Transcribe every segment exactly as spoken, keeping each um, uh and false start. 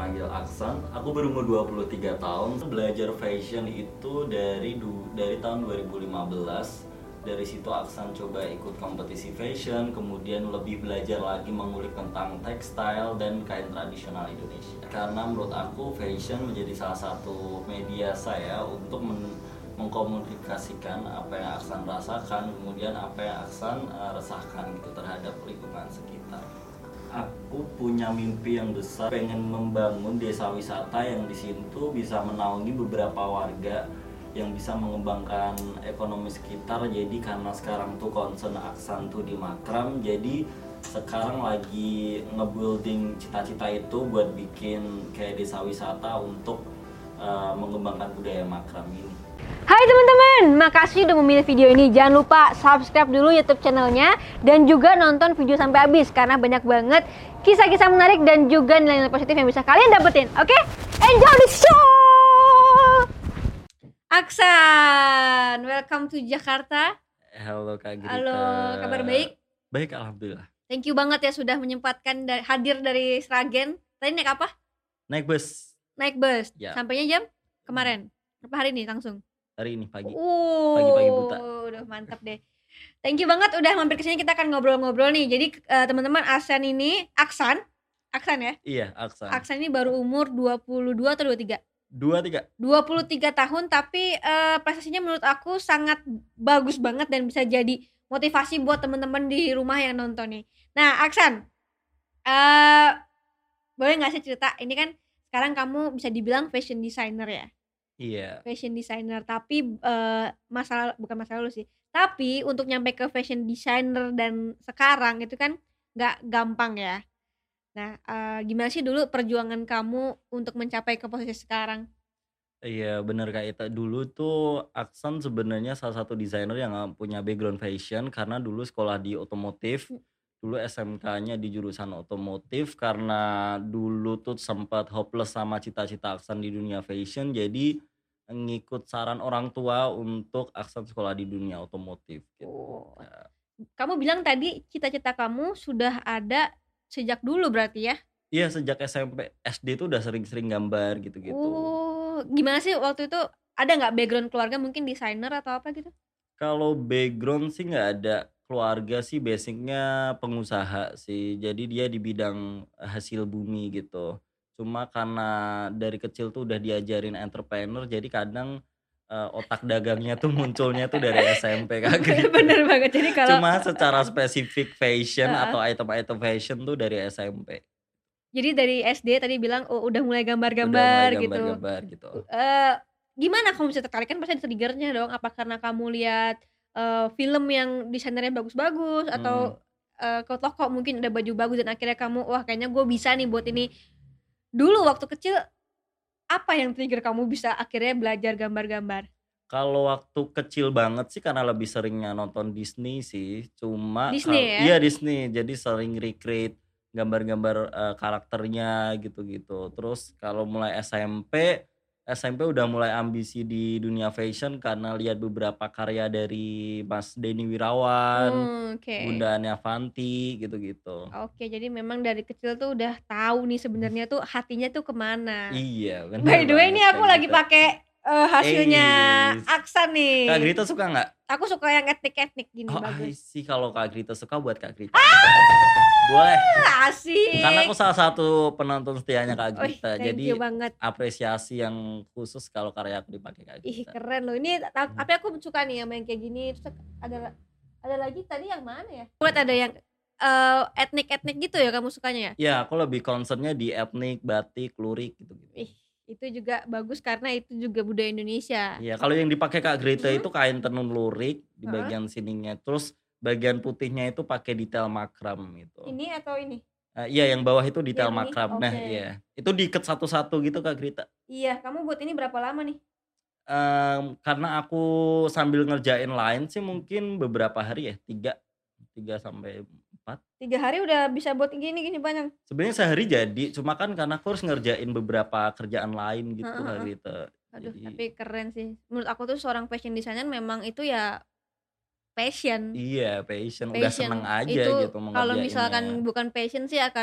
panggil Aksan. Aku berumur dua puluh tiga tahun. Belajar fashion itu dari du, dari tahun dua ribu lima belas. Dari situ Aksan coba ikut kompetisi fashion, kemudian lebih belajar lagi mengulik tentang tekstil dan kain tradisional Indonesia. Karena menurut aku fashion menjadi salah satu media saya untuk men- mengkomunikasikan apa yang Aksan rasakan, kemudian apa yang Aksan uh, resahkan gitu terhadap lingkungan sekitar. Aku punya mimpi yang besar, pengen membangun desa wisata yang di situ bisa menaungi beberapa warga yang bisa mengembangkan ekonomi sekitar. Jadi karena sekarang tuh concern Aksan tuh di Makram, jadi sekarang lagi nge-building cita-cita itu buat bikin kayak desa wisata untuk uh, mengembangkan budaya Makram ini. Hai teman-teman, makasih udah memilih video ini. Jangan lupa subscribe dulu YouTube channelnya dan juga nonton video sampai habis karena banyak banget kisah-kisah menarik dan juga nilai-nilai positif yang bisa kalian dapetin. Oke, okay? Enjoy the show! Aksan, welcome to Jakarta. Halo Kak Grita. Halo, kabar baik? Baik, alhamdulillah. Thank you banget ya sudah menyempatkan da- hadir dari Sragen. Tadi naik apa? Naik bus. Naik bus. Ya. Sampainya jam kemarin. Apa hari ini langsung? Hari ini pagi. Uh, Pagi-pagi buta. Udah mantap deh. Thank you banget udah mampir kesini, kita akan ngobrol-ngobrol nih. Jadi uh, teman-teman, Aksan ini, Aksan, Aksan ya? Iya, Aksan. Aksan ini baru umur dua puluh dua atau dua puluh tiga? dua puluh tiga. dua puluh tiga tahun, tapi uh, prestasinya menurut aku sangat bagus banget dan bisa jadi motivasi buat teman-teman di rumah yang nonton nih. Nah, Aksan, uh, boleh nggak sih cerita? Ini kan sekarang kamu bisa dibilang fashion designer ya? Iya. Fashion designer, tapi uh, masalah bukan masalah lu sih. Tapi untuk nyampe ke fashion designer dan sekarang itu kan nggak gampang ya. Nah, uh, gimana sih dulu perjuangan kamu untuk mencapai ke posisi sekarang? Iya bener Kak Ita, dulu tuh Aksan sebenarnya salah satu desainer yang nggak punya background fashion karena dulu sekolah di otomotif. Dulu S M K-nya di jurusan otomotif, karena dulu tuh sempat hopeless sama cita-cita Aksan di dunia fashion, jadi ngikut saran orang tua untuk Aksan sekolah di dunia otomotif gitu. Oh. Ya. Kamu bilang tadi cita-cita kamu sudah ada sejak dulu berarti ya? Iya, sejak S M P, S D tuh udah sering-sering gambar gitu-gitu. Oh, gimana sih waktu itu, ada nggak background keluarga mungkin desainer atau apa gitu? Kalau background sih nggak ada. Keluarga sih basicnya pengusaha sih, jadi dia di bidang hasil bumi gitu. Cuma karena dari kecil tuh udah diajarin entrepreneur, jadi kadang uh, otak dagangnya tuh munculnya tuh dari S M P Kak gitu. Bener banget, jadi kalau Cuma secara spesifik fashion uh-uh. atau item-item fashion tuh dari S M P. Jadi dari S D tadi bilang oh, udah mulai gambar-gambar Udah mulai gitu. gambar-gambar gitu. Uh, gimana kamu bisa tertarik, kan pasti ada triggernya dong? Apa karena kamu lihat uh, film yang desainernya bagus-bagus atau Hmm. uh, ke toko mungkin ada baju bagus dan akhirnya kamu wah kayaknya gue bisa nih buat ini. Dulu waktu kecil apa yang trigger kamu bisa akhirnya belajar gambar-gambar? Kalau waktu kecil banget sih karena lebih seringnya nonton Disney sih. Cuma Disney kal- ya? iya Disney, jadi sering recreate gambar-gambar uh, karakternya gitu-gitu. Terus kalau mulai S M P, S M P udah mulai ambisi di dunia fashion karena lihat beberapa karya dari Mas Denny Wirawan, Hmm, oke. Bunda Ania Fanti gitu-gitu. Oke, jadi memang dari kecil tuh udah tahu nih sebenarnya tuh hatinya tuh kemana. Iya, bener By the way, banget ini aku Kak lagi Grita. pakai uh, hasilnya Eis. Aksan nih. Kak Grita suka nggak? Aku suka yang etnik-etnik gini, Oh, bagus. sih kalau Kak Grita suka buat Kak Grita. Ah! Boleh. Asik. Karena aku salah satu penonton setianya Kak Wih, Grita. thank Jadi you banget. apresiasi yang khusus kalau karya aku dipakai Kak Ih, Grita. keren loh. Ini ta- Hmm. tapi aku suka nih sama yang kayak gini. Terus ada ada lagi tadi yang mana ya? Buat ada yang uh, etnik-etnik gitu ya kamu sukanya ya? Ya, aku lebih concernnya di etnik, batik, lurik gitu-gitu. Ih, itu juga bagus karena itu juga budaya Indonesia. Iya, kalau yang dipakai Kak Grita Hmm. itu kain tenun lurik di Hah? bagian sininya. Terus bagian putihnya itu pakai detail makram gitu. Ini atau ini? Uh, iya, yang bawah itu detail Yang ini? makram. Nah, Oke. iya. Itu diikat satu-satu gitu Kak Grita. Iya, kamu buat ini berapa lama nih? Um, karena aku sambil ngerjain lain sih mungkin beberapa hari ya, tiga tiga sampai empat. Tiga hari udah bisa buat gini gini banyak. Sebenarnya sehari jadi, cuma kan karena aku harus ngerjain beberapa kerjaan lain gitu Heeh, Kak heeh. Grita. Aduh, Jadi tapi keren sih. Menurut aku tuh seorang fashion designer memang itu ya passion. iya passion, udah Passion seneng aja itu gitu kalau misalkan mengerjainnya. bukan passion sih akan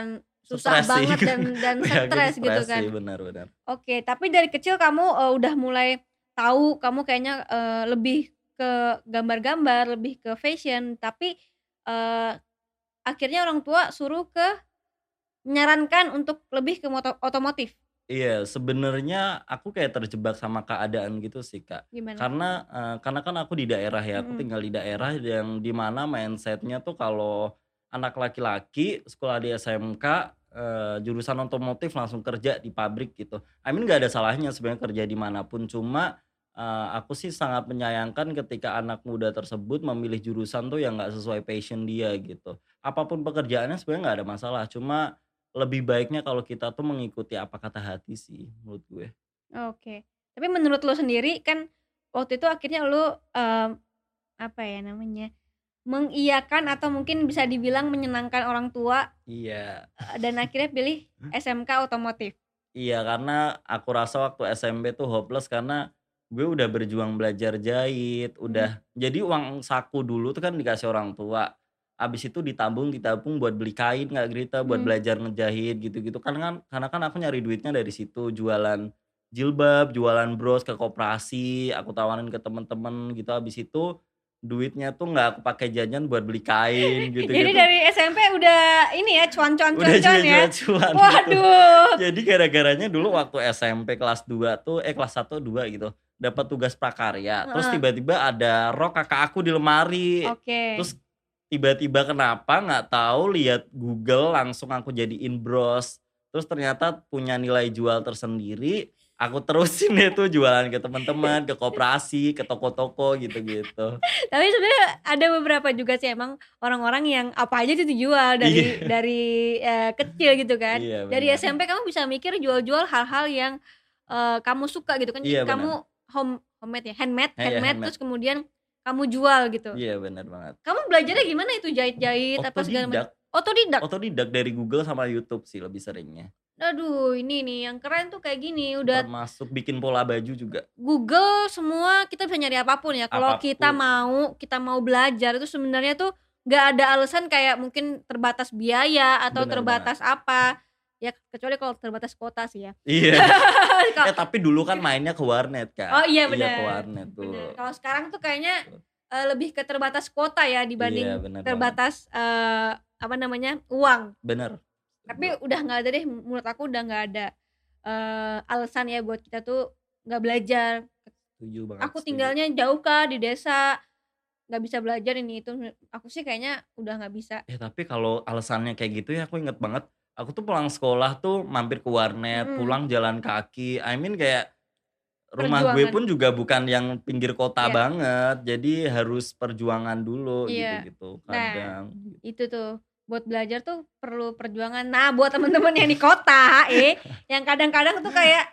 susah Stres sih. banget dan dan Yakin stres gitu stres kan. sih, benar-benar. Oke, tapi dari kecil kamu, eee, udah mulai tahu kamu kayaknya, eee, lebih ke gambar-gambar, lebih ke fashion, tapi, eee, akhirnya orang tua suruh ke menyarankan untuk lebih ke moto otomotif. Iya, sebenarnya aku kayak terjebak sama keadaan gitu sih, Kak. Gimana? Karena, eee, karena kan aku di daerah ya, aku Mhm, tinggal di daerah yang di mana mindset-nya tuh kalau anak laki-laki sekolah di S M K, eee, jurusan otomotif langsung kerja di pabrik gitu. I mean nggak ada salahnya sebenarnya kerja di mana pun, cuma, eee, aku sih sangat menyayangkan ketika anak muda tersebut memilih jurusan tuh yang nggak sesuai passion dia gitu. Apapun pekerjaannya sebenarnya nggak ada masalah, cuma lebih baiknya kalau kita tuh mengikuti apa kata hati sih menurut gue. oke. Tapi menurut lo sendiri kan waktu itu akhirnya lo, mmm, apa ya namanya, mengiyakan atau mungkin bisa dibilang menyenangkan orang tua, Iya. eee, dan akhirnya pilih S M K otomotif. Iya, karena aku rasa waktu S M P tuh hopeless karena gue udah berjuang belajar jahit, Mhm, udah jadi uang saku dulu tuh kan dikasih orang tua. Habis itu ditabung ditabung buat beli kain Kak Grita, buat mhm. belajar ngejahit gitu-gitu. Kan kan karena kan aku nyari duitnya dari situ, jualan jilbab, jualan bros ke koperasi, aku tawarin ke temen-temen gitu. Habis itu duitnya tuh nggak aku pakai jajan buat beli kain Jadi gitu-gitu. dari S M P udah ini ya, cuan-cuan Udah cuan-cuan ya? jual-jual cuan gitu. Waduh. Jadi gara-garanya dulu waktu S M P kelas dua tuh eh kelas satu dua gitu, dapat tugas prakarya, terus Heeh, tiba-tiba ada rok kakak aku di lemari. oke. Terus tiba-tiba kenapa nggak tahu lihat Google langsung aku jadiin bros. Terus ternyata punya nilai jual tersendiri, aku terusin deh tuh jualan ke teman-teman, ke koperasi, ke toko-toko gitu-gitu. Tapi sebenarnya ada beberapa juga sih emang orang-orang yang apa aja tuh dijual dari Iya, dari, eee, kecil gitu kan. iya Dari benar. S M P kamu bisa mikir jual-jual hal-hal yang, eee, kamu suka gitu kan. Jadi Iya benar. kamu home homemade ya, handmade Iya handmade handmade. terus kemudian kamu jual gitu. Iya benar banget. Kamu belajarnya gimana itu jahit-jahit apa segala macam? Otodidak. Otodidak? Otodidak dari Google sama YouTube sih lebih seringnya. Aduh ini nih yang keren tuh kayak gini, udah Termasuk bikin pola baju juga, Google semua kita bisa nyari apapun ya, kalau kita apapun. mau kita mau belajar itu sebenarnya tuh nggak ada alasan kayak mungkin terbatas biaya atau Bener banget. terbatas apa, ya kecuali kalau terbatas kuota sih ya. Iya. Kal Eh, tapi dulu kan mainnya ke warnet, oh Kak. iya Iya ke bener, warnet bener. tuh. Kalau sekarang tuh kayaknya, eee, lebih ke terbatas kuota ya Iya dibanding bener banget. terbatas, eee, apa namanya, uang. Bener. Tapi Setuju. udah nggak ada deh menurut aku udah nggak ada, eee, alasan ya buat kita tuh nggak belajar. Setuju banget, Aku setuju. tinggalnya jauh Kak, di desa, nggak bisa belajar ini itu, aku sih kayaknya udah nggak bisa. Eh, tapi kalau alasannya kayak gitu ya aku inget banget, aku tuh pulang sekolah tuh mampir ke warnet, Mhm, pulang jalan kaki. I mean kayak rumah gue perjuangan. pun juga bukan yang pinggir kota Iya, banget, jadi harus perjuangan dulu iya. gitu-gitu Nah, kadang. itu tuh, buat belajar tuh perlu perjuangan. Nah, buat temen-temen yang di kota, eh, yang kadang-kadang tuh kayak,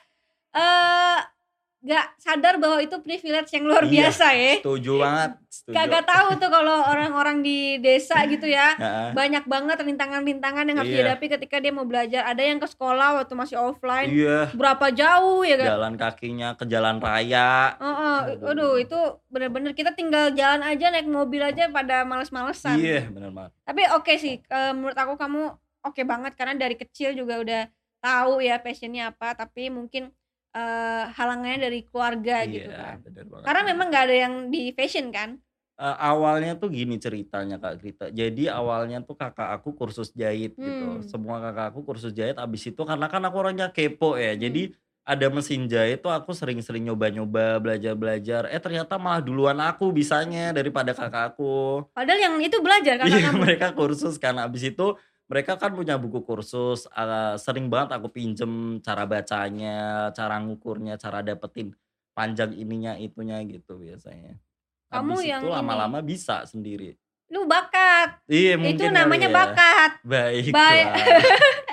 eee, nggak sadar bahwa itu privilege yang luar Iya, biasa ya. setuju banget, setuju. Kagak tahu tuh kalau orang-orang di desa gitu ya, Heeh, banyak banget rintangan-rintangan yang harus iya dihadapi ketika dia mau belajar. Ada yang ke sekolah waktu masih offline, iya, berapa jauh ya kan. jalan kakinya ke jalan raya, Heeh, aduh aduh. itu bener-bener kita tinggal jalan aja, naik mobil aja pada males-malesan. Iya, bener banget. Tapi oke sih, eee, menurut aku kamu oke banget karena dari kecil juga udah tahu ya passion-nya apa, tapi mungkin, eee, halangannya dari keluarga gitu Iya, kan. bener banget Karena bener memang nggak banget. ada yang di fashion kan? Eee, awalnya tuh gini ceritanya Kak Grita, jadi awalnya tuh kakak aku kursus jahit gitu, Mmm, semua kakak aku kursus jahit, abis itu karena kan aku orangnya kepo ya, mhm. jadi ada mesin jahit tuh aku sering-sering nyoba-nyoba, belajar-belajar, eh ternyata malah duluan aku bisanya daripada kakak aku. Padahal yang itu belajar Iya, kakak kamu? mereka kursus kan, habis itu mereka kan punya buku kursus, eee, sering banget aku pinjem cara bacanya, cara ngukurnya, cara dapetin panjang ininya, itunya gitu biasanya. Kamu Habis itu yang ini, lama-lama bisa sendiri. lu bakat, Iya itu mungkin kali namanya ya. bakat. Bay Baiklah.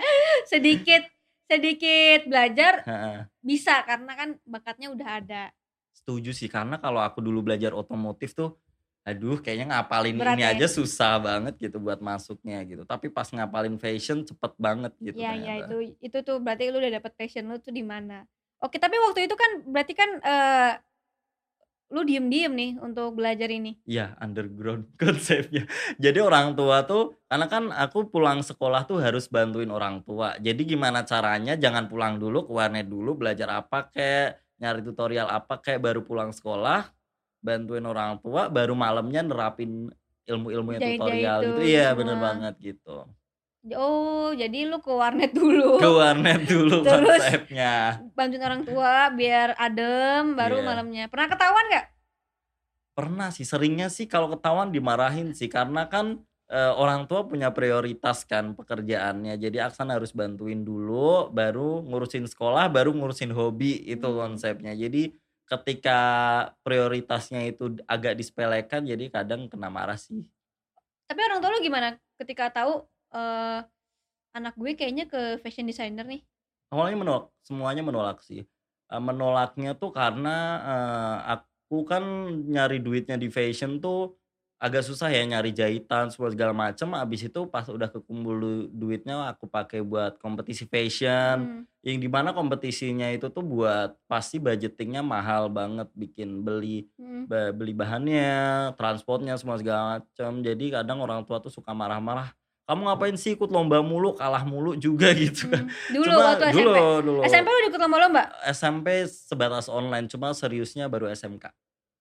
sedikit sedikit belajar Heeh. bisa karena kan bakatnya udah ada. Setuju sih, karena kalau aku dulu belajar otomotif tuh, aduh kayaknya ngapalin Berat ini ya? aja susah banget gitu buat masuknya gitu, tapi pas ngapalin fashion cepet banget gitu Iya iya itu ternyata. itu tuh berarti lu udah dapet passion lu tuh di mana. Oke tapi waktu itu kan berarti kan, eee, lu diem-diem nih untuk belajar ini? Iya, underground konsepnya. Jadi orang tua tuh karena kan aku pulang sekolah tuh harus bantuin orang tua. Jadi gimana caranya jangan pulang dulu ke warnet dulu belajar apa kek, nyari tutorial apa kek, baru pulang sekolah, bantuin orang tua, baru malamnya nerapin ilmu-ilmu yang Jahit-jahit tutorial gitu. tuh Iya, bener semua. banget gitu. Oh, jadi lu ke warnet Ke dulu, warnet dulu terus konsepnya. bantuin orang tua biar adem, baru Iya. malamnya. Pernah ketahuan nggak? Pernah sih, seringnya sih kalau ketahuan dimarahin sih karena kan, eee, orang tua punya prioritas kan pekerjaannya. Jadi Aksan harus bantuin dulu, baru ngurusin sekolah, baru ngurusin hobi, itu Mmm. konsepnya. Jadi ketika prioritasnya itu agak disepelekan, jadi kadang kena marah sih. Tapi orang tua lu gimana ketika tahu, eee, anak gue kayaknya ke fashion designer nih? Awalnya menolak, semuanya menolak sih. Eee, menolaknya tuh karena, eee, aku kan nyari duitnya di fashion tuh agak susah ya, nyari jahitan semua segala macem, habis itu pas udah kekumpul du duitnya aku pakai buat kompetisi fashion, Mhm, yang di mana kompetisinya itu tuh buat pasti budgeting-nya mahal banget, bikin beli mhm, ba beli bahannya, transportnya, semua segala macem. Jadi kadang orang tua tuh suka marah-marah, "Kamu ngapain sih ikut lomba mulu, kalah mulu juga," gitu kan. mmm. Dulu Cuma waktu S M P? dulu dulu, S M P lu ikut lomba-lomba? S M P sebatas online, cuma seriusnya baru S M K.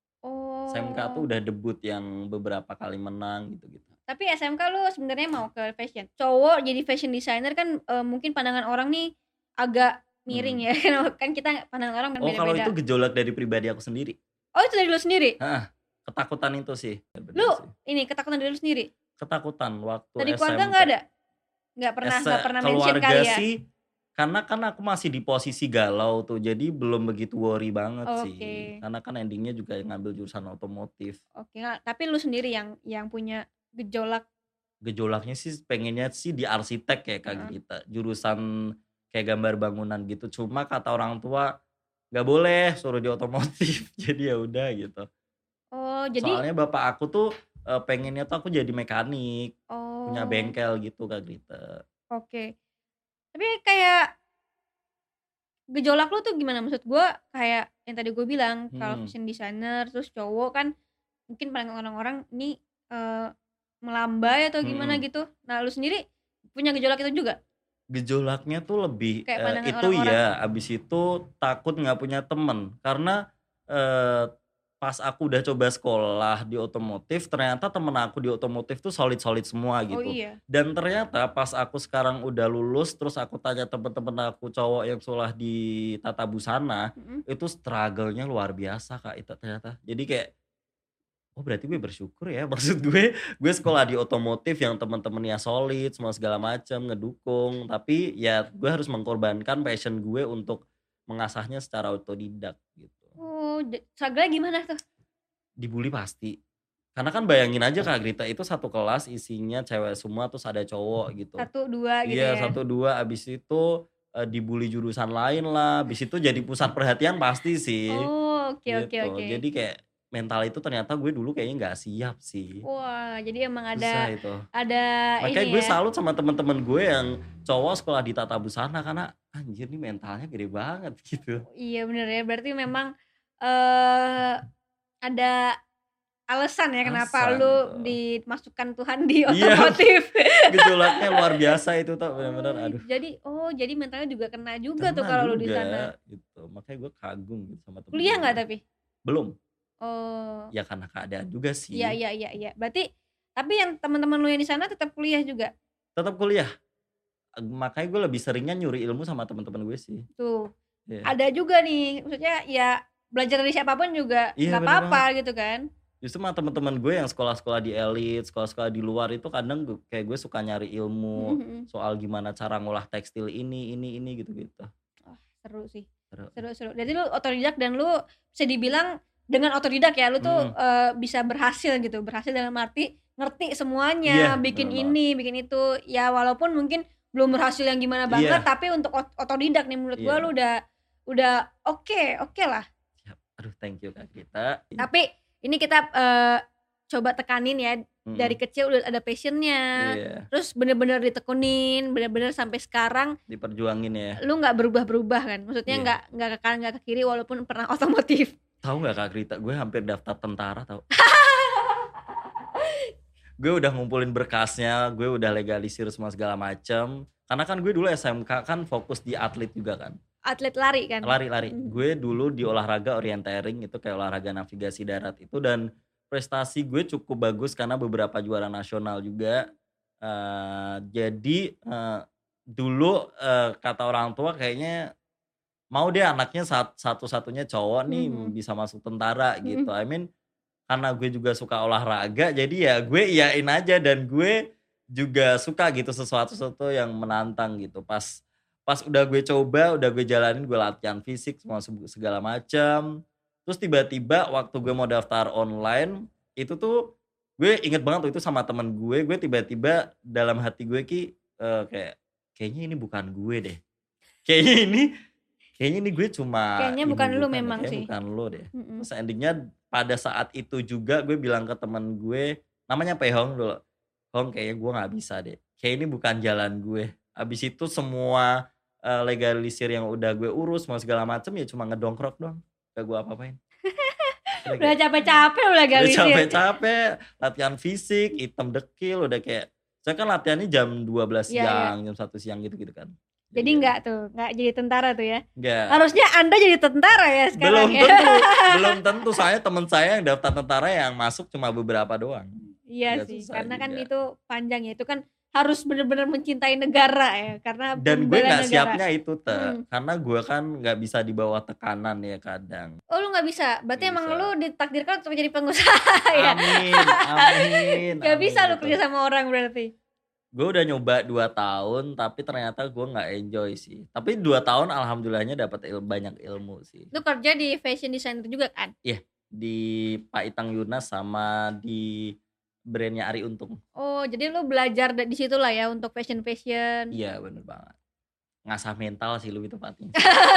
S M K tuh Oh, udah debut yang beberapa kali menang gitu-gitu. tapi S M K lu sebenarnya mau ke fashion? Cowok jadi fashion designer kan, eee, mungkin pandangan orang nih agak miring Mhm. ya, kan kita pandangan orang kan Oh, kalau itu beda-beda. gejolak dari pribadi aku sendiri. Oh, itu dari lu sendiri? Heeh, ketakutan itu sih, Lu bener sih. ini ketakutan dari lu sendiri? Ketakutan waktu Dari keluarga S M P. nggak ada? Nggak pernah Ese nggak pernah mention keluarga kali ya? sih, karena kan aku masih di posisi galau tuh, jadi belum begitu worry banget Oke, sih. Karena kan ending-nya juga ngambil jurusan otomotif. oke. Nah, tapi lu sendiri yang yang punya gejolak Gejolaknya sih pengennya sih di arsitek kayak Kak heeh. Gita, jurusan kayak gambar bangunan gitu. Cuma kata orang tua, nggak boleh, suruh di otomotif. Jadi ya udah gitu. Oh, jadi Soalnya bapak aku tuh, eee, pengennya tuh aku jadi mekanik, punya oh, bengkel gitu Kak Gita. oke. Tapi kayak gejolak lu tuh gimana? Maksud gua kayak yang tadi gue bilang, kalau Mhm, fashion designer terus cowok kan mungkin pandangan orang-orang ini, eee, melambai atau gimana mhm. gitu. Nah, lu sendiri punya gejolak itu juga? Gejolaknya tuh lebih, Kayak eee, pandangan itu orang-orang? ya, abis itu takut nggak punya temen. Karena, eee, pas aku udah coba sekolah di otomotif, ternyata temen aku di otomotif tuh solid-solid semua Oh, gitu. iya? Dan ternyata pas aku sekarang udah lulus, terus aku tanya temen-temen aku cowok yang sekolah di Tata Busana, Mhm. itu struggle-nya luar biasa Kak, itu ternyata. Jadi kayak, oh berarti gue bersyukur ya, maksud gue, gue sekolah di otomotif yang teman-temannya solid, semua segala macam, ngedukung, tapi ya gue harus mengkorbankan passion gue untuk mengasahnya secara otodidak gitu. Oh, ja struggle-nya gimana tuh? Dibully pasti, karena kan bayangin aja Kak Grita itu satu kelas isinya cewek semua terus ada cowok gitu. Satu dua gitu Iya ya? satu dua abis itu, eee, dibully jurusan lain lah, abis itu jadi pusat perhatian pasti sih, Oh, oke oke gitu. oke. Jadi kayak mental itu ternyata gue dulu kayaknya nggak siap sih. Wah, jadi emang Susah ada itu. ada Makanya ini gue ya salut sama temen-temen gue yang cowok sekolah di Tata Busana karena anjir nih mentalnya gede banget gitu. iya bener ya, berarti memang, eee, ada alasan ya kenapa Alasan itu. lu dimasukkan Tuhan di Iya, otomotif. gejolaknya luar biasa itu tuh bener-bener Oh, aduh jadi oh, jadi mentalnya juga kena juga tuh kena kalau lu di sana. juga gitu. Makanya gue kagum gitu sama Kuliah temen-temen nggak gue. tapi? Belum, Oh, ya karena keadaan juga iya sih. iya iya iya. Berarti tapi yang teman-teman lu yang di sana tetap kuliah juga? Tetap kuliah, makanya gue lebih seringnya nyuri ilmu sama temen-temen gue sih. Tuh, Iya. ada juga nih, maksudnya ya belajar dari siapapun juga Iya nggak bener banget. apa-apa gitu kan. Justru mah temen-temen gue yang sekolah-sekolah di elit, sekolah-sekolah di luar itu kadang gu kayak gue suka nyari Mhm ilmu mhm. soal gimana cara ngolah tekstil ini ini ini gitu-gitu. Wah, seru sih. Seru. Seru seru. Jadi lu otodidak dan lu bisa dibilang dengan otodidak ya, lu tuh, Mhm, eee, bisa berhasil gitu, berhasil dalam arti ngerti iya semuanya, bikin bener banget. ini, bikin itu. Ya walaupun mungkin belum berhasil yang gimana banget, Iya tapi untuk ot otodidak nih menurut gua lu iya, udah udah oke oke lah. siap. Aduh thank you Kak Gita. I Tapi ini kita, eee, coba tekanin ya, dari mhm, kecil udah ada passion-nya, iya, terus bener-bener ditekunin, bener-bener sampai sekarang diperjuangin ya. lu nggak berubah-berubah kan? Maksudnya Iya, nggak nggak ke kanan, nggak ke kiri walaupun pernah otomotif. Tahu nggak Kak Grita, gue hampir daftar tentara tau. Gue udah ngumpulin berkasnya, gue udah legalisir semua segala macem. Karena kan gue dulu S M K kan fokus di atlet juga kan. Atlet lari kan? Lari-lari. Mhm. Gue dulu di olahraga orienteering, itu kayak olahraga navigasi darat itu, dan prestasi gue cukup bagus karena beberapa juara nasional juga. Eh, jadi eh, dulu eh, kata orang tua kayaknya mau deh anaknya sat- satu-satunya cowok nih Mhm. bisa masuk tentara gitu. Mhm. I mean karena gue juga suka olahraga jadi ya gue iyain aja, dan gue juga suka gitu sesuatu sesuatu yang menantang gitu. Pas pas udah gue coba, udah gue jalanin, gue latihan fisik semua se- segala macam. Terus tiba-tiba waktu gue mau daftar online itu tuh gue inget banget tuh itu sama temen gue, gue tiba-tiba dalam hati gue ki eh, kayak kayaknya ini bukan gue deh. Kayaknya ini kayaknya ini gue cuma Kayaknya bukan lu imbuh-imbuhkan deh, memang kayaknya sih. bukan lo deh. Mhm. Terus endingnya pada saat itu juga gue bilang ke temen gue, namanya Pehong dulu, Hong kayaknya gue nggak bisa deh, kayak ini bukan jalan gue. Abis itu semua eh, legalisir yang udah gue urus mau segala macem ya cuma ngedongkrok doang, gak gue apa-apain. Udah Udah kayak capek-capek udah udah legalisir. capek-capek latihan fisik, hitam dekil, udah kayak saya kan latihannya jam dua belas Iya, iya. siang, jam satu siang gitu-gitu kan. Jadi ya, enggak tuh, enggak jadi tentara tuh ya. enggak. Harusnya Anda jadi tentara ya sekarang Belum ya. tentu, belum tentu. Soalnya teman saya yang daftar tentara yang masuk cuma beberapa doang. Iya Nggak sih, susah karena kan juga. itu panjang ya. Itu kan harus benar-benar mencintai negara ya, karena Dan gue pembela nggak negara. siapnya itu te, Hmm. karena gue kan nggak bisa di bawah tekanan ya kadang. Oh lu nggak bisa, berarti Nggak emang bisa. lu ditakdirkan untuk menjadi pengusaha ya. Amin, amin. Gak bisa amin, lu gitu. kerja sama orang berarti. Gue udah nyoba dua tahun, tapi ternyata gue nggak enjoy sih. Tapi dua tahun alhamdulillahnya dapat il- banyak ilmu sih. Lu kerja di fashion designer juga kan? Iya, di Pak Itang Yunas sama di brandnya Ari Untung. Oh, jadi lu belajar da- di situ lah ya untuk fashion fashion. Iya bener banget. Ngasah mental sih lebih tepatnya.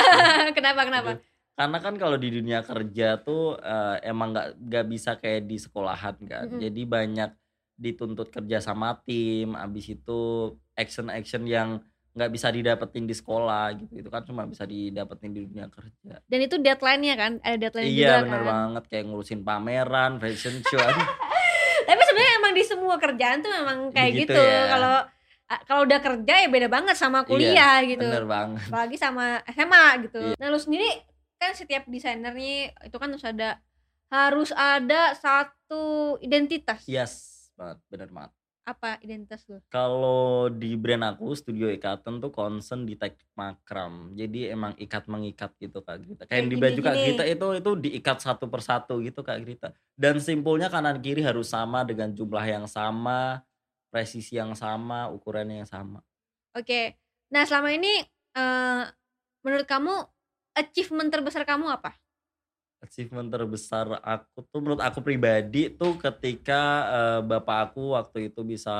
Kenapa kenapa? Gitu. Karena kan kalau di dunia kerja tuh eh, emang nggak nggak bisa kayak di sekolahan kan. Mm-mm. Jadi banyak dituntut kerja sama tim, abis itu action-action yang nggak bisa didapetin di sekolah gitu. Itu kan cuma bisa didapetin di dunia kerja. Dan itu deadline-nya kan? Ada deadline juga Iya kan? bener banget, kayak ngurusin pameran, fashion show. Aduh, Tapi sebenarnya emang di semua kerjaan tuh memang kayak Begitu gitu. ya. Kalau a- kalau udah kerja ya beda banget sama kuliah iya, gitu. bener banget. Apalagi sama S M A gitu. Iya. Nah, lu sendiri kan setiap desainer nih itu kan harus ada harus ada satu identitas. Yes, banget, bener banget. Apa identitas lu? Kalau di brand aku Studio Ikatan tuh concern di teknik makram. Jadi emang ikat mengikat gitu Kak Grita. Kayak Kayak yang di baju Kak gini-gini. Grita itu itu diikat satu persatu gitu Kak Grita. Dan simpulnya kanan kiri harus sama dengan jumlah yang sama, presisi yang sama, ukurannya yang sama. Oke. Nah, selama ini eh, menurut kamu achievement terbesar kamu apa? Achievement terbesar aku tuh menurut aku pribadi tuh ketika eh, bapak aku waktu itu bisa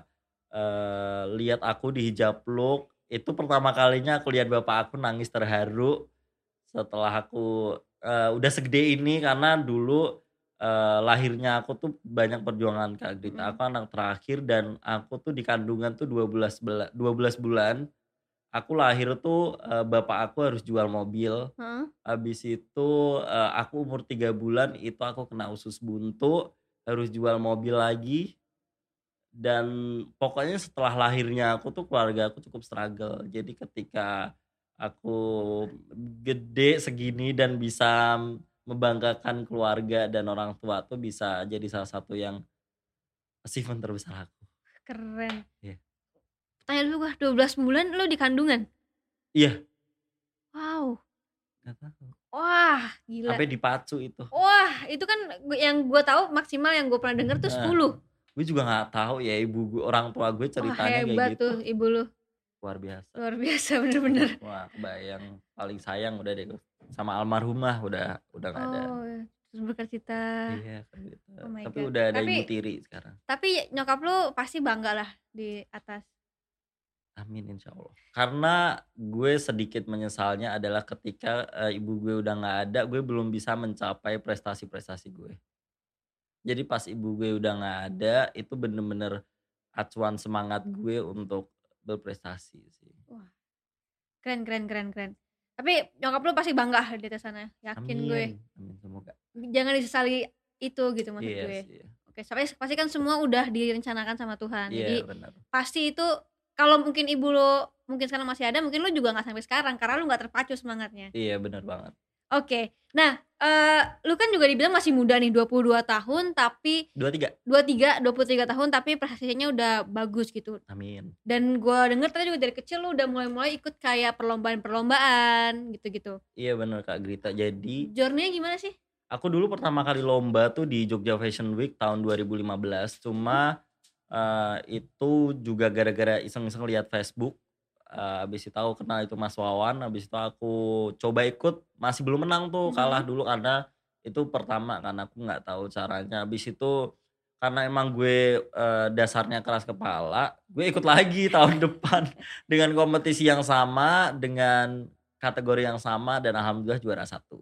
eh, lihat aku di hijab look, itu pertama kalinya aku lihat bapak aku nangis terharu setelah aku eh, udah segede ini, karena dulu eh, lahirnya aku tuh banyak perjuangan Kak Grita. Mm-mm. Aku anak terakhir dan aku tuh di kandungan tuh dua belas bela- dua belas bulan. Aku lahir tuh eh, bapak aku harus jual mobil. Heeh. Habis itu eh, aku umur tiga bulan itu aku kena usus buntu, harus jual mobil lagi. Dan pokoknya setelah lahirnya aku tuh keluarga aku cukup struggle. Jadi ketika aku gede segini dan bisa membanggakan keluarga dan orang tua tuh bisa jadi salah satu yang achievement terbesar aku. Keren. Iya. Tanya dulu gua, dua belas bulan lu di kandungan? Iya, Wow. nggak tahu. Wah, gila. Sampai dipacu itu. Wah, itu kan gu- yang gue tahu maksimal yang gue pernah denger tuh Nah, sepuluh. Gue juga nggak tahu ya ibu gue, orang tua gue Wah, ceritanya hebat kayak gitu. tuh ibu lu. Luar biasa. Luar biasa bener-bener. Wah, kebayang paling sayang udah deh sama almarhumah udah udah nggak ada. Oh, terus berkata-cita. Iya kan gitu. Oh my Tapi God. udah ada Tapi- ibu tiri sekarang. Tapi nyokap lu pasti bangga lah di atas. Amin insya Allah. Karena gue sedikit menyesalnya adalah ketika eh, ibu gue udah nggak ada, gue belum bisa mencapai prestasi-prestasi gue. Jadi pas ibu gue udah nggak ada, itu bener-bener acuan semangat gue untuk berprestasi sih. Keren, keren, keren, keren. Tapi nyokap lu pasti bangga di atas sana, yakin Amin. gue. Amin semoga. Jangan disesali itu gitu maksud Iya gue. sih. Oke, soalnya pasti kan semua udah direncanakan sama Tuhan. Jadi Iya benar. pasti itu kalau mungkin ibu lo mungkin sekarang masih ada, mungkin lo juga nggak sampai sekarang karena lo nggak terpacu semangatnya. Iya benar banget. Oke, nah eh lu kan juga dibilang masih muda nih, dua puluh dua tahun tapi dua puluh tiga. dua puluh tiga, dua puluh tiga tahun tapi prestasinya udah bagus gitu. Amin. Dan gua denger tadi juga dari kecil lu udah mulai-mulai ikut kayak perlombaan-perlombaan gitu-gitu. Iya benar Kak Grita. Jadi Journey-nya gimana sih? aku dulu pertama kali lomba tuh di Jogja Fashion Week tahun dua ribu lima belas. Cuma uh, itu juga gara-gara iseng-iseng lihat Facebook. Uh, abis itu aku kenal itu Mas Wawan. Abis itu aku coba ikut, masih belum menang tuh, kalah dulu karena itu pertama karena aku nggak tahu caranya. Abis itu karena emang gue uh, dasarnya keras kepala, gue ikut lagi tahun depan dengan kompetisi yang sama, dengan kategori yang sama, dan alhamdulillah juara satu.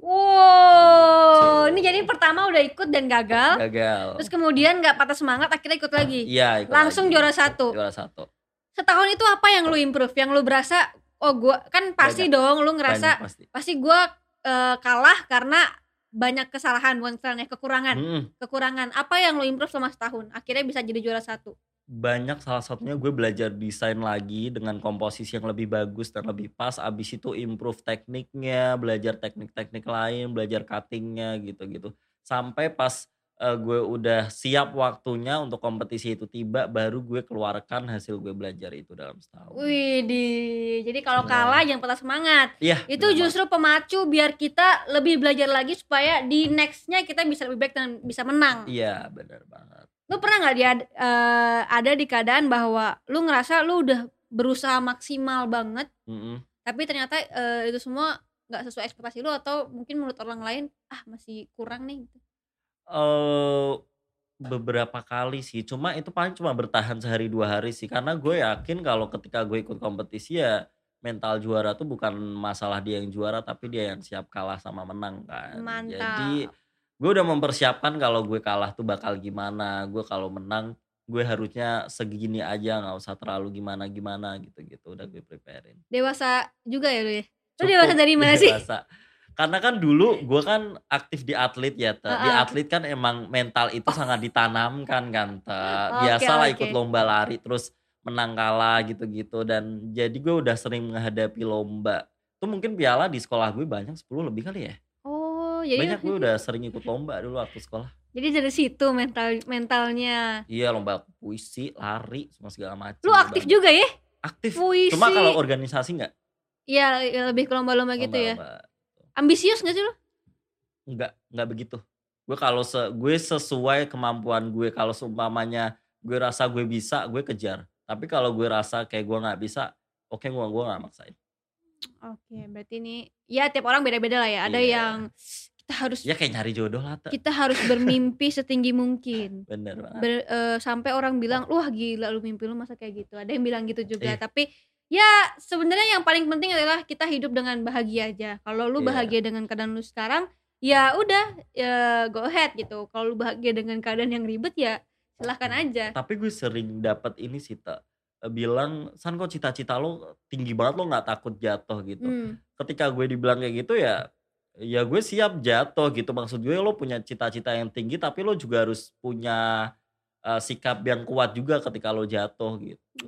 Wow, ini jadi pertama udah ikut dan gagal. Gagal. Terus kemudian nggak patah semangat, akhirnya ikut lagi. Iya, ikut langsung lagi. juara satu. Juara satu. Setahun itu apa yang lu improve? Yang lu berasa, oh gua kan pasti Banyak. dong, lu ngerasa Banyak pasti. pasti gua uh, kalah karena banyak kesalahan, bukan kesalahan ya, kekurangan. Hmm. Kekurangan. Apa yang lu improve selama setahun? Akhirnya bisa jadi juara satu. Banyak, salah satunya gue belajar desain lagi dengan komposisi yang lebih bagus dan lebih pas. Abis itu improve tekniknya, belajar teknik-teknik lain, belajar cuttingnya gitu-gitu. Sampai pas uh, gue udah siap waktunya untuk kompetisi itu tiba, baru gue keluarkan hasil gue belajar itu dalam setahun. Wih, di jadi kalau Iya. kalah jangan patah semangat. Iya. Itu bener justru pemacu biar kita lebih belajar lagi supaya di nextnya kita bisa lebih baik dan bisa menang. banget. Iya, benar banget. Lu pernah nggak dia uh, ada di keadaan bahwa lu ngerasa lu udah berusaha maksimal banget, Mm-mm. tapi ternyata uh, itu semua nggak sesuai ekspektasi lu, atau mungkin menurut orang lain ah masih kurang nih gitu. Eh beberapa kali sih, cuma itu paling cuma bertahan sehari dua hari sih, karena gue yakin kalau ketika gue ikut kompetisi ya mental juara tuh bukan masalah dia yang juara, tapi dia yang siap kalah sama menang kan. Mantap. Jadi gue udah mempersiapkan kalau gue kalah tuh bakal gimana, gue kalau menang gue harusnya segini aja, nggak usah terlalu gimana-gimana gitu-gitu, udah gue preparein. Dewasa juga ya lu ya? Lu Cukup dewasa dari mana sih? dewasa. Karena kan dulu gue kan aktif di atlet ya, Te. Di Uh-uh. atlet kan emang mental itu sangat ditanamkan kan, Te. Oke, Biasalah oke. ikut lomba lari terus menang kalah gitu-gitu, dan jadi gue udah sering menghadapi lomba. Tuh mungkin piala di sekolah gue banyak, sepuluh lebih kali ya. Oh, jadi Banyak, gue udah sering ikut lomba dulu waktu sekolah. jadi dari situ mental mentalnya. Iya, lomba puisi, lari, semua segala macam. Lu aktif juga ya? Aktif. Puisi. Cuma kalau organisasi enggak. Iya, ya lebih ke lomba-lomba gitu ya. Lomba-lomba. Ambisius gak sih lu? Enggak, enggak begitu. Gue kalau se gue sesuai kemampuan gue. Kalau seumpamanya gue rasa gue bisa, gue kejar. Tapi kalau gue rasa kayak gue nggak bisa, oke, gue gue nggak maksain. Oke, berarti ini ya tiap orang beda-beda lah ya. Ada Iya. yang kita harus Ya kayak nyari jodoh lah, Te. kita harus bermimpi setinggi mungkin. Bener banget. Ber, eh, sampai orang bilang, wah gila lu mimpi lu masa kayak gitu. Ada yang bilang gitu juga. Iya. Tapi ya sebenarnya yang paling penting adalah kita hidup dengan bahagia aja. Kalau lu Iya. bahagia dengan keadaan lu sekarang, ya udah, ya go ahead gitu. Kalau lu bahagia dengan keadaan yang ribet ya silahkan aja. Tapi gue sering dapat ini sih, Te. Eh, bilang, San kok cita-cita lo tinggi banget, lo nggak takut jatuh gitu. Hmm. Ketika gue dibilang kayak gitu ya, ya gue siap jatuh gitu. Maksud gue lo punya cita-cita yang tinggi, tapi lo juga harus punya uh, sikap yang kuat juga ketika lo jatuh gitu.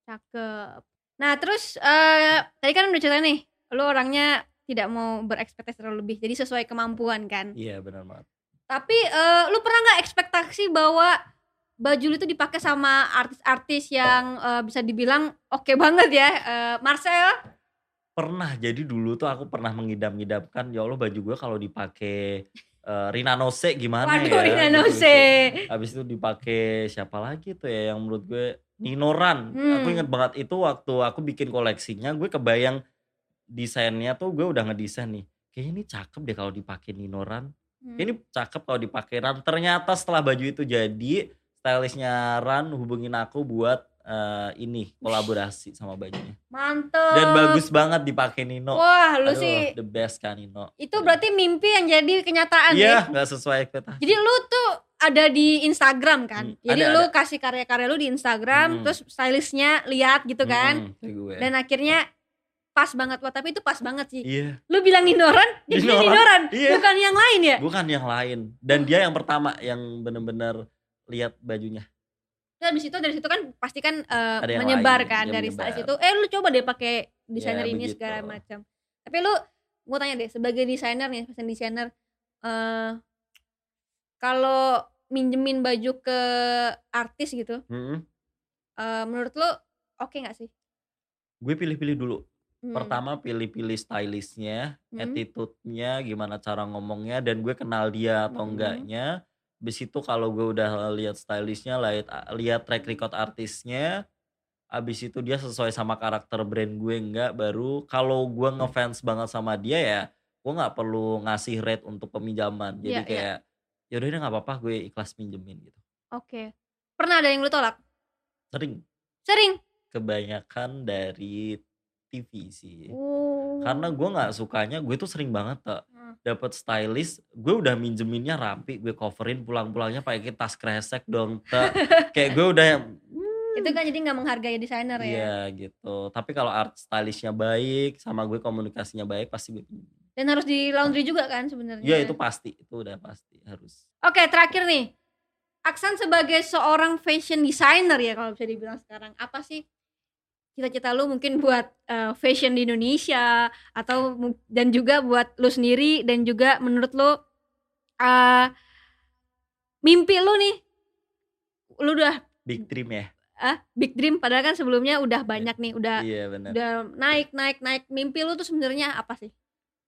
Cakep. Nah terus uh, tadi kan udah cerita nih, lu orangnya tidak mau berekspektasi terlalu lebih, jadi sesuai kemampuan kan. Iya benar banget. Tapi uh, lu pernah nggak ekspektasi bahwa baju lu itu dipakai sama artis-artis yang uh, bisa dibilang oke okay banget ya, uh, Marcel? Pernah, jadi dulu tuh aku pernah mengidam-idamkan, ya Allah baju gue kalau dipakai uh, Rina Nose gimana. Waduh, ya. Rina gitu, Nose. gitu. Habis itu dipakai siapa lagi tuh ya yang menurut gue, Ninoran. Hmm. Aku inget banget itu waktu aku bikin koleksinya, gue kebayang desainnya tuh, gue udah ngedesain nih. Kayaknya ini cakep deh kalau dipakai Ninoran. Hmm. Kayaknya ini cakep kalau dipakai Ran. Ternyata setelah baju itu jadi, stylistnya Ran hubungin aku buat uh, ini kolaborasi sama bajunya. Mantep. Dan bagus banget dipakai Nino. Wah, lu Aduh, sih the best kan Nino. itu berarti mimpi yang jadi kenyataan Iya, ya. nggak sesuai ekspektasi. Jadi lu tuh ada di Instagram kan. Hmm, Jadi ada, lu ada. kasih karya-karya lu di Instagram, Hmm. terus stylistnya lihat gitu kan. Hmm, kayak gue. Dan akhirnya pas banget. Wah, tapi itu pas banget sih. Iya. Lu bilang Ninoran, jadi Ninoran, Ninoran, iya. bukan yang lain ya? Bukan yang lain. Dan dia yang pertama yang benar-benar lihat bajunya. Terus habis itu dari situ kan pasti kan uh, Ada yang menyebar lain, kan dia dari menyebar. style itu. Eh lu coba deh pakai desainer Ya, ini begitu. segala macam. Tapi lu mau tanya deh sebagai desainer nih, fashion designer, uh, kalau minjemin baju ke artis gitu, Mm-mm. uh, menurut lu oke nggak sih? Gue pilih-pilih dulu. Hmm. Pertama pilih-pilih stylistnya, Hmm. attitude-nya, gimana cara ngomongnya, dan gue kenal dia atau Hmm. enggaknya. Abis itu kalau gue udah lihat stylistnya, lihat lihat track record artisnya, abis itu dia sesuai sama karakter brand gue enggak, baru kalau gue ngefans banget sama dia ya, gue nggak perlu ngasih rate untuk peminjaman. Jadi Iya, iya. kayak yaudah deh nggak apa-apa, gue ikhlas minjemin gitu. Oke. Pernah ada yang lu tolak? Sering, Sering. kebanyakan dari T V sih. Oh. Karena gue nggak sukanya, gue tuh sering banget tak Hmm. dapat stylist, gue udah minjeminnya rapi, gue coverin, pulang-pulangnya pakai tas kresek dong tak. Kayak gue udah Itu kan jadi nggak menghargai desainer ya. iya gitu. Tapi kalau art stylistnya baik, sama gue komunikasinya baik, pasti gue pinjem. Dan harus di laundry juga kan sebenarnya. Iya itu pasti, itu udah pasti harus. Oke, terakhir nih. Aksan sebagai seorang fashion designer ya kalau bisa dibilang sekarang, apa sih cita-cita lu mungkin buat uh, fashion di Indonesia atau mu- dan juga buat lu sendiri, dan juga menurut lu uh, mimpi lu nih, lu udah Big dream ya. ah big dream padahal kan sebelumnya udah banyak nih, udah Iya benar. udah naik naik naik. Mimpi lu tuh sebenarnya apa sih?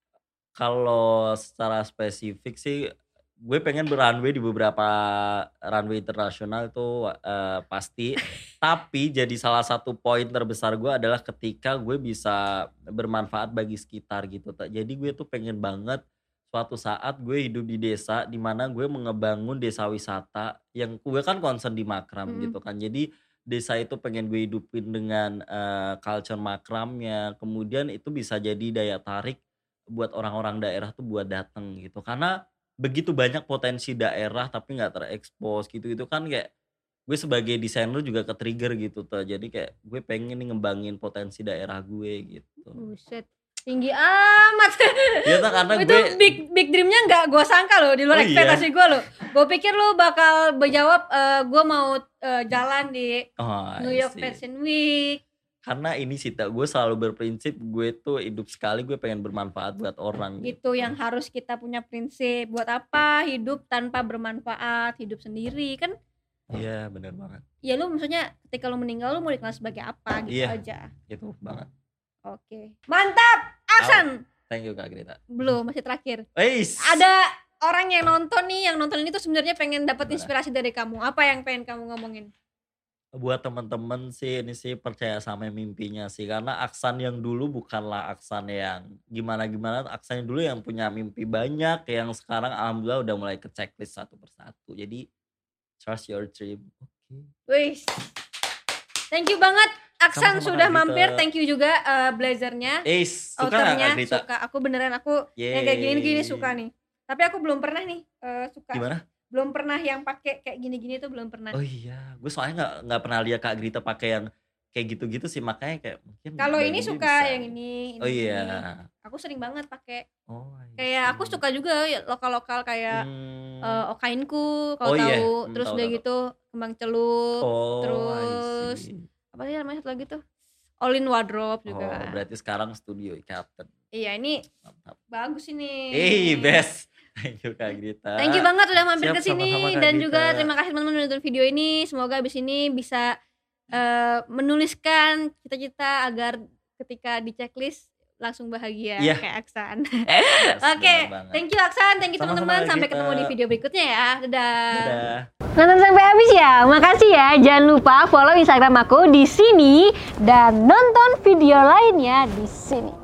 Kalau secara spesifik sih, gue pengen berunway di beberapa runway internasional itu eh, pasti. Tapi jadi salah satu poin terbesar gue adalah ketika gue bisa bermanfaat bagi sekitar gitu. Tak. Jadi gue tuh pengen banget suatu saat gue hidup di desa di mana gue mengebangun desa wisata yang gue kan concern di makram Mm. gitu kan. Jadi desa itu pengen gue hidupin dengan eh, culture makramnya. Kemudian itu bisa jadi daya tarik buat orang-orang daerah tuh buat dateng gitu. Karena begitu banyak potensi daerah tapi nggak terekspos gitu, itu kan kayak gue sebagai desainer juga ke trigger gitu tuh. Jadi kayak gue pengen nih ngembangin potensi daerah gue gitu. Buset, tinggi amat. Iya tuh karena Itu gue big big dreamnya nggak gue sangka loh, di luar Oh, iya? ekspektasi gue loh. Gue pikir lu bakal berjawab uh, gue mau uh, jalan di oh, New I York see. Fashion Week. Karena ini sih tak, gue selalu berprinsip gue tuh hidup sekali, gue pengen bermanfaat buat orang Gitu yang harus kita punya prinsip. Buat apa hidup tanpa bermanfaat, hidup sendiri kan? Iya benar banget, Ya lu maksudnya ketika lu meninggal lu mau dikenal sebagai apa gitu Iya. aja. itu banget. Oke, mantap Aksan. Thank you Kak Grita. Belum, masih terakhir. Weis. Ada orang yang nonton nih, yang nonton ini tuh sebenarnya pengen dapat Gimana? inspirasi dari kamu. Apa yang pengen kamu ngomongin? Buat teman-teman sih ini sih percaya sama mimpinya sih, karena Aksan yang dulu bukanlah Aksan yang gimana-gimana. Aksan yang dulu yang punya mimpi banyak, yang sekarang alhamdulillah udah mulai ke checklist satu persatu. Jadi trust your dream. Oke. Wih, thank you banget Aksan Sama-sama, sudah Kak Grita. mampir. Thank you juga uh, blazernya, Eh, suka nggak outernya Kak Grita? suka. Aku beneran aku yang kayak gini-gini Yeay. suka nih. Tapi aku belum pernah nih uh, suka. Gimana? Belum pernah yang pakai kayak gini-gini tuh belum pernah. Oh iya, gue soalnya nggak nggak pernah lihat Kak Grita pakai yang kayak gitu-gitu sih, makanya kayak mungkin Kalau ini bajunya suka bisa. yang ini, ini. Oh iya. ini. Aku sering banget pakai. Oh, I Kayak aku see. suka juga ya, lokal-lokal kayak Hmm. eh, Okainku kalau Oh iya, tahu. hmm, Terus tahu, udah tahu. gitu kembang celup. Oh, terus I see. apa sih namanya satu lagi tuh? All in wardrobe juga. Oh, berarti sekarang studio Captain. Iya, ini Mantap. bagus ini. Eh, best. Thank you Kak Grita. Thank you banget udah mampir Siap, ke sini, sama-sama, Kak dan Grita. juga terima kasih teman-teman udah nonton video ini. Semoga abis ini bisa eh, menuliskan cita-cita agar ketika di checklist langsung bahagia Iya. kayak Aksan. Yes, Oke, bener banget. thank you Aksan, thank you Sama-sama, teman-teman. Kak Sampai Grita. ketemu di video berikutnya ya. Dadah. Dadah. Nonton sampai habis ya. Makasih ya. Jangan lupa follow Instagram aku di sini dan nonton video lainnya di sini.